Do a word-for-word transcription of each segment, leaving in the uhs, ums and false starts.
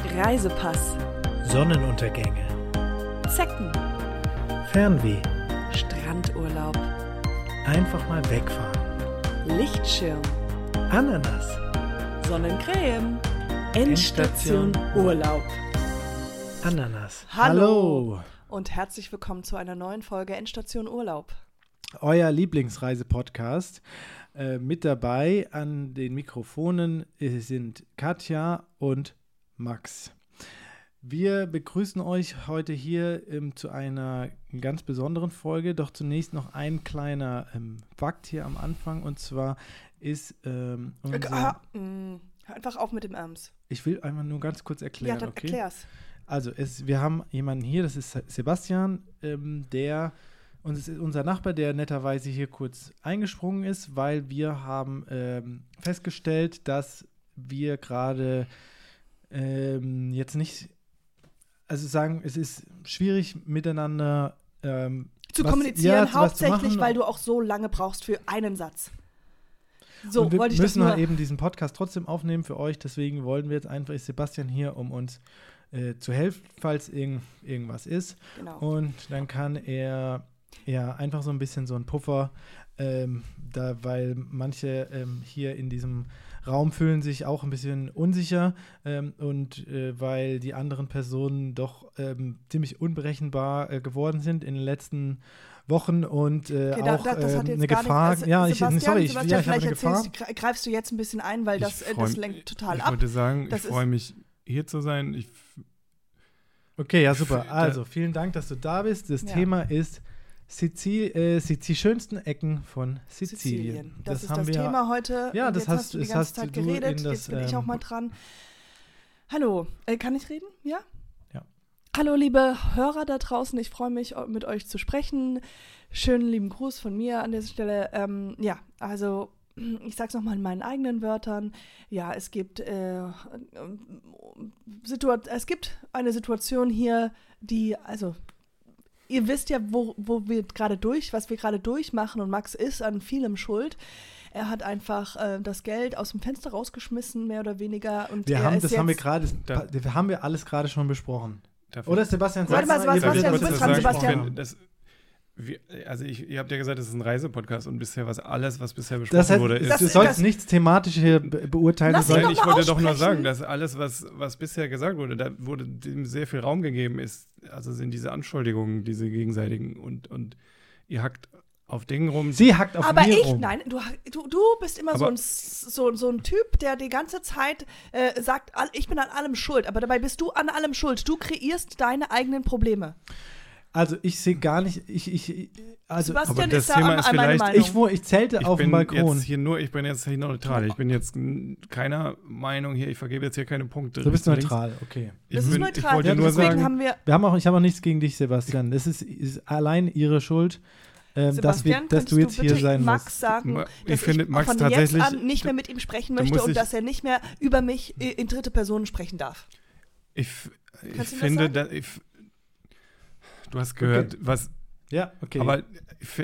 Reisepass, Sonnenuntergänge, Zecken, Fernweh, Strandurlaub, einfach mal wegfahren, Lichtschirm, Ananas, Sonnencreme, Endstation Urlaub. Ananas. Hallo. Hallo. Und herzlich willkommen zu einer neuen Folge Endstation Urlaub. Euer Lieblingsreisepodcast. Äh, mit dabei an den Mikrofonen sind Katja und Max. Wir begrüßen euch heute hier ähm, zu einer ganz besonderen Folge. Doch zunächst noch ein kleiner ähm, Fakt hier am Anfang. Und zwar ist ähm, unser... Ah, mh, hör einfach auf mit dem Ams. Ich will einfach nur ganz kurz erklären, Ja, dann okay? erklär's. Also, es, wir haben jemanden hier, das ist Sebastian, ähm, der, und es ist unser Nachbar, der netterweise hier kurz eingesprungen ist, weil wir haben ähm, festgestellt, dass wir gerade ähm, jetzt nicht, also sagen, es ist schwierig miteinander ähm, Zu was, kommunizieren, ja, was zu hauptsächlich, machen. weil du auch so lange brauchst für einen Satz. So, Und wir wollte ich das müssen nur... halt eben diesen Podcast trotzdem aufnehmen für euch, deswegen wollen wir jetzt einfach, ist Sebastian hier, um uns äh, zu helfen, falls irgend, irgendwas ist. Genau. Und dann kann er ja einfach so ein bisschen so ein Puffer, ähm, da, weil manche ähm, hier in diesem Raum fühlen sich auch ein bisschen unsicher ähm, und äh, weil die anderen Personen doch ähm, ziemlich unberechenbar äh, geworden sind in den letzten Wochen und äh, Okay, da, auch da, das hat äh, jetzt eine gar Gefahr. Nicht, also, ja, ich, Sebastian, sorry, ich, Sebastian, ja, ich habe eine vielleicht Gefahr. erzählst du, greifst du jetzt ein bisschen ein, weil das, äh, das lenkt total ich ab. Ich wollte sagen, Das ich freue mich, hier zu sein. Ich Okay, ja, super. f- Also, vielen Dank, dass du da bist. Das Ja. Thema ist Sizil, äh, die, die schönsten Ecken von Sizilien. Sizilien. Das, ist haben das wir, Thema heute. Ja, und das jetzt hast- hast du die das ganze hast Zeit du geredet. in das, Jetzt bin ich auch ähm, mal dran. Hallo, äh, kann ich reden? Ja? Ja. Hallo, liebe Hörer da draußen. Ich freue mich, mit euch zu sprechen. Schönen lieben Gruß von mir an dieser Stelle. Ähm, ja, also ich sag's nochmal in meinen eigenen Wörtern. Ja, es gibt, äh, Situa- es gibt eine Situation hier, die, also ihr wisst ja, wo, wo wir gerade durch, was wir gerade durchmachen und Max ist an vielem schuld. Er hat einfach äh, das Geld aus dem Fenster rausgeschmissen, mehr oder weniger. Und Wir er haben, ist das jetzt, haben wir gerade, Da- das haben wir alles gerade schon besprochen. dafür- Oder Sebastian? Warte mal, sag's mal, Sebastian, ihr du wisst, bist was dran, wir Sebastian. besprochen haben. Das, wir, also ich, ihr habt ja gesagt, das ist ein Reisepodcast und bisher was alles, was bisher besprochen Das heißt, wurde, ist. Das- du das- sollst nichts thematisch hier be beurteilen. Lass du ihn sollst- Nein, doch ich mal wollte doch nur aussprechen. sagen, dass alles, was, was bisher gesagt wurde, da wurde dem sehr viel Raum gegeben, ist, also sind diese Anschuldigungen, diese gegenseitigen und, und ihr hackt auf Dingen rum. Sie hackt auf Aber mir ich, rum. nein, du, du, du bist immer so Aber- ein, so, so ein Typ, der die ganze Zeit äh, sagt, all- ich bin an allem schuld. Aber dabei bist du an allem schuld. Du kreierst deine eigenen Probleme. Also ich sehe gar nicht, ich, ich, also Sebastian aber das ist da Thema an, ist an meine vielleicht- Meinung. ich, wo, ich zelte Ich auf dem bin Balkon. jetzt hier nur, ich bin jetzt hier neutral. Ich bin jetzt n- keiner Meinung hier, ich vergebe jetzt hier keine Punkte. Du bist rechts und neutral, okay. Ich das ist bin- neutral. Ich wollte Ja, nur Deswegen sagen, haben wir, Wir haben auch, ich habe auch nichts gegen dich, Sebastian. Das ist, ist allein ihre Schuld, ähm, dass, wir, Sebastian, dass du könntest jetzt hier bitte sein Max musst. sagen, Ma- dass ich finde, Max von tatsächlich- jetzt an nicht mehr mit ihm sprechen du möchte musst und dich- dass er nicht mehr über mich äh, in dritte Person sprechen darf. ich, f- ich Kannst du ihm das finde, sagen? da, ich, f- du hast gehört, was, Ja, okay. aber ich, fi-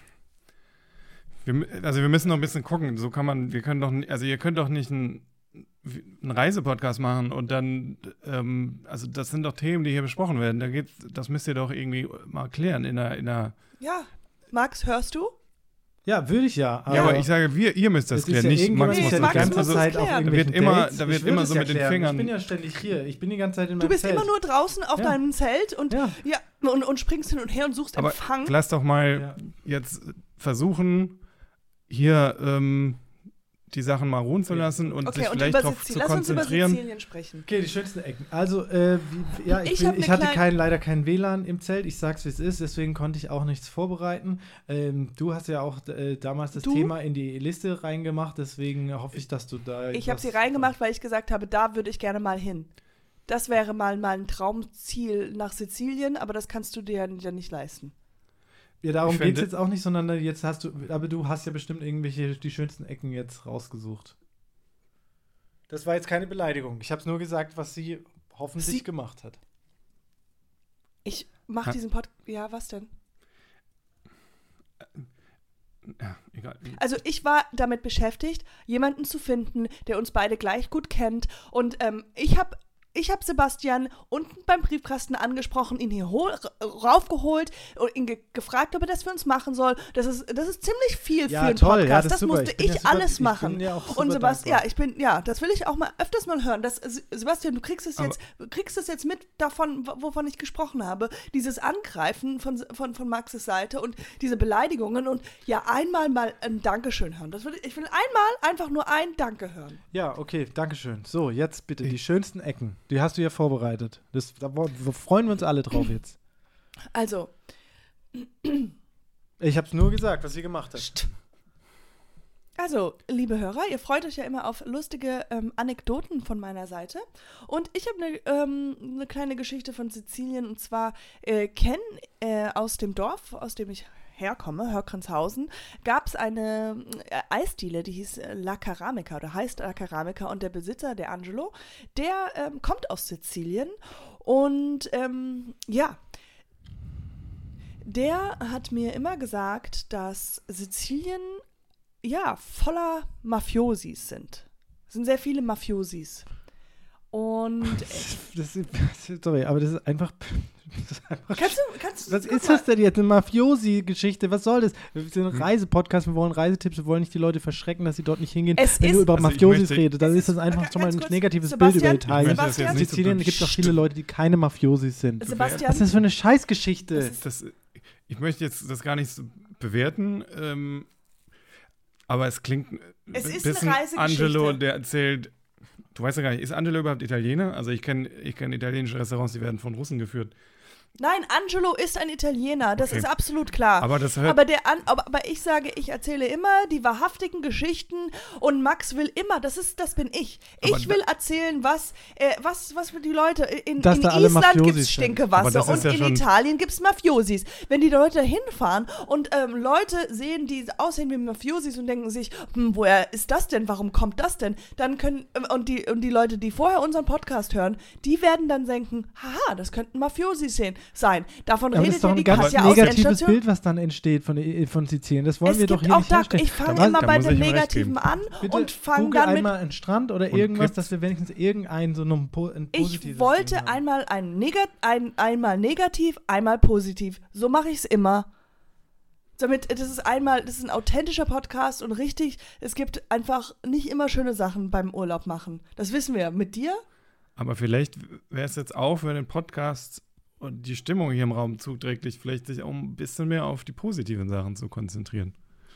wir, mü- also wir müssen noch ein bisschen gucken. So kann man, wir können doch, n- also ihr könnt doch nicht einen, einen Reisepodcast machen und dann, ähm, also das sind doch Themen, die hier besprochen werden. Da geht, das müsst ihr doch irgendwie mal klären in einer, in einer Ja, Max, hörst du? ja, würde ich ja. Ja, aber ich sage, wir, ihr müsst das es ist klären, ja nicht irgendjemand, Max Nee, muss der das die Max ganze muss klären. es Zeit auf klären. Da wird irgendwelchen immer- Dates. da wird Ich würde immer es so ja mit den klären. Fingern- Ich bin ja ständig hier. Ich bin die ganze Zeit in Du meinem bist Zelt. immer nur draußen auf Ja. deinem Zelt und, Ja. ja, und, und springst hin und her und suchst Aber Empfang. lass doch mal Ja. jetzt versuchen, hier ähm, die Sachen mal ruhen zu lassen und Okay, sich und vielleicht über darauf Sizilien. zu Lass uns über konzentrieren. Sizilien sprechen. Okay, die schönsten Ecken. Also, äh, wie, ja, ich, Ich bin, hab ne ich hatte klein- kein, leider kein W L A N im Zelt. Ich sag's, wie es ist. Deswegen konnte ich auch nichts vorbereiten. Ähm, du hast ja auch äh, damals das Du? Thema in die Liste reingemacht. Deswegen hoffe ich, dass du da. Ich habe etwas- sie reingemacht, weil ich gesagt habe, da würde ich gerne mal hin. Das wäre mal, mal ein Traumziel nach Sizilien, aber das kannst du dir ja ja nicht leisten. Ja, darum Ich geht's finde- jetzt auch nicht, sondern jetzt hast du. Aber du hast ja bestimmt irgendwelche die schönsten Ecken jetzt rausgesucht. Das war jetzt keine Beleidigung. Ich habe es nur gesagt, was sie hoffentlich Sie- gemacht hat. Ich mache Ha- diesen Podcast. Ja, was denn? Ja, egal. Also ich war damit beschäftigt, jemanden zu finden, der uns beide gleich gut kennt. Und ähm, ich habe ich habe Sebastian unten beim Briefkasten angesprochen, ihn hier hol, raufgeholt und ihn ge- gefragt, ob er das für uns machen soll. Das ist, das ist ziemlich viel Ja, für einen toll, Podcast. ja, das das ist super. musste Ich bin ich, ja super- alles ich bin machen. ja auch super und Sebastian, ja, dankbar. ich bin, ja, das will ich auch mal öfters mal hören. Das, Sebastian, du kriegst es jetzt, kriegst es jetzt mit davon, wovon ich gesprochen habe. Dieses Angreifen von, von, von Maxes Seite und diese Beleidigungen und ja, einmal mal ein Dankeschön hören. Das will, ich will einmal einfach nur ein Danke hören. Ja, okay, dankeschön. So, jetzt bitte die schönsten Ecken. Die hast du ja vorbereitet. Das, da wo- wo freuen wir uns alle drauf jetzt. Also, Ich habe es nur gesagt, was sie gemacht hat. Also, liebe Hörer, ihr freut euch ja immer auf lustige ähm, Anekdoten von meiner Seite. Und ich habe eine ähm, eine kleine Geschichte von Sizilien. Und zwar äh, Ken äh, aus dem Dorf, aus dem ich herkomme, Hörkranzhausen, gab es eine äh, Eisdiele, die hieß äh, La Caramica oder heißt La Caramica. Und der Besitzer, der Angelo, der ähm, kommt aus Sizilien. Und ähm, ja, der hat mir immer gesagt, dass Sizilien ja, voller Mafiosis sind. Es sind sehr viele Mafiosis. Und Das ist, sorry, aber das ist einfach. Das ist einfach kannst du, kannst du, was guck ist mal. das denn jetzt? Eine Mafiosi-Geschichte? Was soll das? Wir sind ein Reisepodcast, wir wollen Reisetipps, wir wollen nicht die Leute verschrecken, dass sie dort nicht hingehen. Es Wenn ist- du über Also ich Mafiosis möchte- redest, dann Es ist das ist- einfach ganz schon mal ein kurz, negatives Sebastian, Bild über Ich Italien. möchte das jetzt Sebastian? nicht so Sizilien gibt es auch viele Leute, die keine Mafiosis sind. Sebastian, Was ist das für eine Scheißgeschichte? Das, ich möchte jetzt das gar nicht so bewerten, ähm, aber es klingt ein Es ist bisschen eine Reisegeschichte. Angelo, der erzählt, du weißt ja gar nicht, ist Angelo überhaupt Italiener? Also ich kenne ich kenn italienische Restaurants, die werden von Russen geführt. nein, Angelo ist ein Italiener, das Okay. ist absolut klar. Aber das hört, Aber, der An aber, aber ich sage, ich erzähle immer die wahrhaftigen Geschichten und Max will immer, das ist, das bin ich. Aber Ich da- will erzählen, was, äh, was, was für die Leute, in, Dass in da alle Island Mafiosis gibt es sind. Aber Stinkewasser das ist und ja in schon- Italien gibt es Mafiosis. Wenn die Leute hinfahren und ähm, Leute sehen, die aussehen wie Mafiosis und denken sich, hm, woher ist das denn, warum kommt das denn, dann können, ähm, und, die, und die Leute, die vorher unseren Podcast hören, die werden dann denken, haha, das könnten Mafiosis sehen, sein. Davon Aber das redet ist doch ja ein die ganz Katja aus der negatives Endstation. Bild, was dann entsteht von, von Sizilien. Das wollen Es wir doch gibt hier auch nicht da, herstellen. ich fange Da- immer da bei muss dem ich ihm recht Negativen geben. an Bitte und fange google dann mit. einmal einen Strand oder Und irgendwas, gibt's- dass wir wenigstens irgendein so ein, po ein positives Ich wollte Ding haben. einmal ein Negat ein, einmal negativ, einmal positiv. So mache ich es immer. Damit, das ist einmal, das ist ein authentischer Podcast und richtig, es gibt einfach nicht immer schöne Sachen beim Urlaub machen. Das wissen wir. Mit dir? aber vielleicht wäre es jetzt auch für den Podcast und die Stimmung hier im Raum zuträglich, vielleicht sich auch ein bisschen mehr auf die positiven Sachen zu konzentrieren.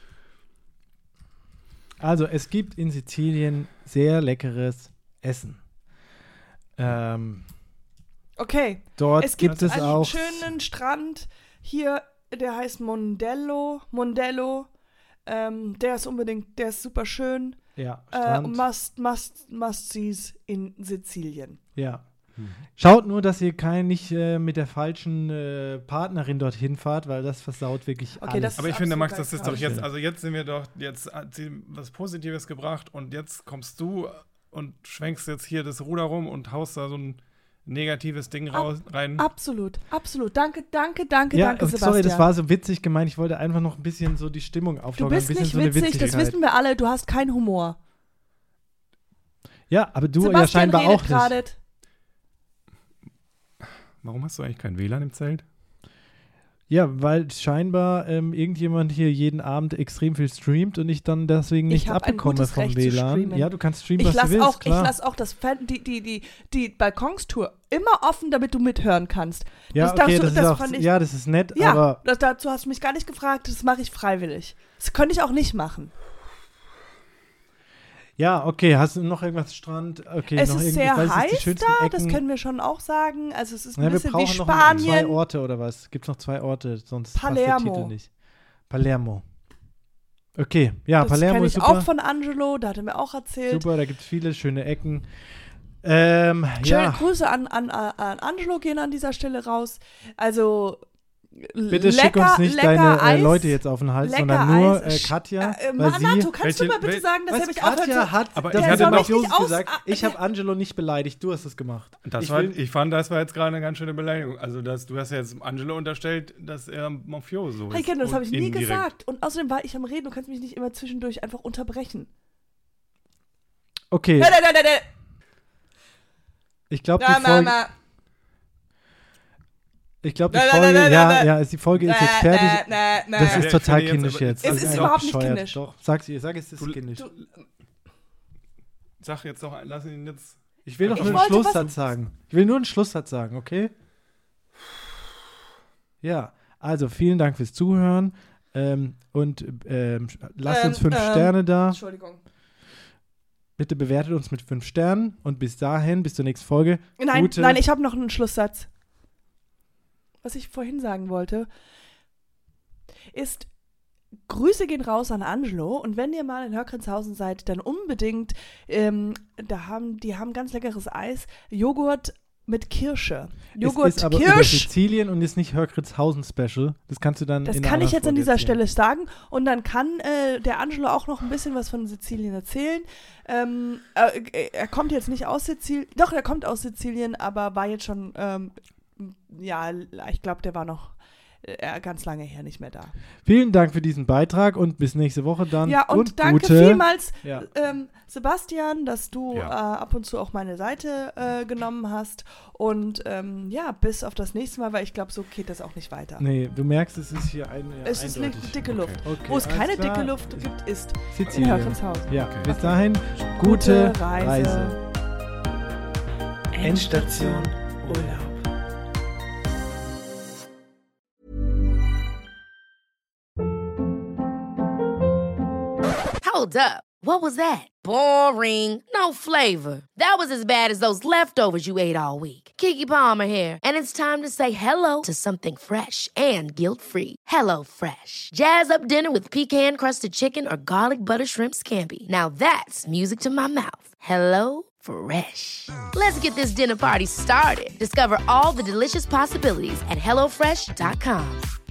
Also, es gibt in Sizilien sehr leckeres Essen. Ähm, Okay. dort Es gibt, gibt es einen auch. schönen Strand hier, der heißt Mondello. Mondello. Ähm, der ist unbedingt, der ist super schön. Ja, Äh, Strand. must, must, must sees in Sizilien. ja. Schaut nur, dass ihr kein nicht äh, mit der falschen äh, Partnerin dorthin fahrt, weil das versaut wirklich Okay, alles. das- Aber ich ist finde, absolut Max, das ist doch Quatsch. jetzt, also jetzt sind wir doch, jetzt hat sie was Positives gebracht und jetzt kommst du und schwenkst jetzt hier das Ruder rum und haust da so ein negatives Ding raus, rein. Absolut, absolut. Danke, danke, danke, ja, danke, und Sebastian. sorry, das war so witzig gemeint. Ich wollte einfach noch ein bisschen so die Stimmung Du auflockern. bist ein bisschen nicht so eine witzig, das Witzigkeit. wissen wir alle. Du hast keinen Humor. Ja, aber du Sebastian ja scheinbar redet auch nicht. gerade. Warum hast du eigentlich kein W L A N im Zelt? Ja, weil scheinbar ähm, irgendjemand hier jeden Abend extrem viel streamt und ich dann deswegen Ich nicht hab ein abbekomme gutes vom Recht zu W L A N. streamen. Ja, du kannst streamen, Ich was du lasse willst, auch, ich klar. lass auch das Fan, die, die, die, die Balkonstour immer offen, damit du mithören kannst. ja, das darfst okay, du- das, das ist auch, fand ich- ja, das ist nett, Ja, aber das, dazu hast du mich gar nicht gefragt. Das mache ich freiwillig. Das könnte ich auch nicht machen. ja, okay, hast du noch irgendwas Strand? Okay, Es noch ist irgendwie- sehr weil es ist die heiß schönsten da, Ecken. das können wir schon auch sagen. Also es ist ein Ja, wir bisschen wie brauchen noch ein- zwei Spanien. Orte oder was? Gibt es noch zwei Orte, sonst passt Palermo. der Titel nicht. Palermo. Okay, ja, Das Palermo kenne ist ich super. auch von Angelo, da hat er mir auch erzählt. Super, da gibt es viele schöne Ecken. Ähm, Schöne ja, Grüße an, an, an Angelo gehen an dieser Stelle raus. Also bitte lecker, schick uns nicht lecker deine äh, Eis. Leute jetzt auf den Hals, lecker sondern nur Eis. äh, Katja, Äh, äh, weil sie... Manato, kannst Welche- du mal bitte wel- sagen, dass Was, er mich aufhört Katja zu... hat, Aber das ich hat hatte der noch- Mafiosi nicht aus- gesagt. ah, Ich habe Angelo nicht beleidigt, du hast es gemacht. Das ich war, will- ich fand, das war jetzt gerade eine ganz schöne Beleidigung. Also, dass, du hast ja jetzt Angelo unterstellt, dass er Mafioso ist. Hey, Ken, das Und habe ich nie indirekt. gesagt. Und außerdem war ich am Reden, du kannst mich nicht immer zwischendurch einfach unterbrechen. Okay, Da, da, da, da, da. Ich glaube, Na, die na, Folge... na. Ich glaube, die Na, na, Folge, na, na, ja, na. ja, ist, die Folge ist jetzt Na, fertig. na, na, Das na. ist Ja, total ich finde kindisch jetzt, jetzt. aber- Es Das ist einfach überhaupt nicht bescheuert. kindisch. Doch, sag, sag es ist Du- kindisch. Du, Sag jetzt doch, lass ihn jetzt. Ich will doch Ich nur einen wollte was- Schlusssatz sagen. Ich will nur einen Schlusssatz sagen, okay? Ja, also vielen Dank fürs Zuhören. Ähm, und ähm, lasst Ähm, uns fünf ähm, Sterne da. Entschuldigung. Bitte bewertet uns mit fünf Sternen. Und bis dahin, bis zur nächsten Folge. Nein, Gute- nein, ich habe noch einen Schlusssatz. Was ich vorhin sagen wollte, ist, Grüße gehen raus an Angelo und wenn ihr mal in Hörgrinshausen seid, dann unbedingt, ähm, da haben, die haben ganz leckeres Eis, Joghurt mit Kirsche. Joghurt, es ist aber über Kirsch. Sizilien und ist nicht Hörgritshausen Special. Das kannst du dann Das in einer kann ich anderen jetzt an Folge dieser erzählen. Stelle sagen und dann kann äh, der Angelo auch noch ein bisschen was von Sizilien erzählen. Ähm, äh, er kommt jetzt nicht aus Sizilien, doch, er kommt aus Sizilien, aber war jetzt schon, ähm, ja, ich glaube, der war noch äh, ganz lange her nicht mehr da. Vielen Dank für diesen Beitrag und bis nächste Woche dann. Ja, und, danke gute, vielmals, Ja. ähm, Sebastian, dass du Ja. äh, ab und zu auch meine Seite äh, genommen hast. Und ähm, ja, bis auf das nächste Mal, weil ich glaube, so geht das auch nicht weiter. Nee, du merkst, es ist hier ein, ja, Es ist eindeutig. nicht dicke Luft. Okay, Wo es alles keine klar. dicke Luft gibt, ist in Sizilien. Hörgrinshausen. Ja, Okay. bis dahin, gute, Gute Reise. Reise. Endstation Urlaub. Hold up. What was that? Boring. No flavor. That was as bad as those leftovers you ate all week. Keke Palmer here, and it's time to say hello to something fresh and guilt-free. Hello Fresh. Jazz up dinner with pecan-crusted chicken or garlic butter shrimp scampi. Now that's music to my mouth. Hello Fresh. Let's get this dinner party started. Discover all the delicious possibilities at hello fresh dot com.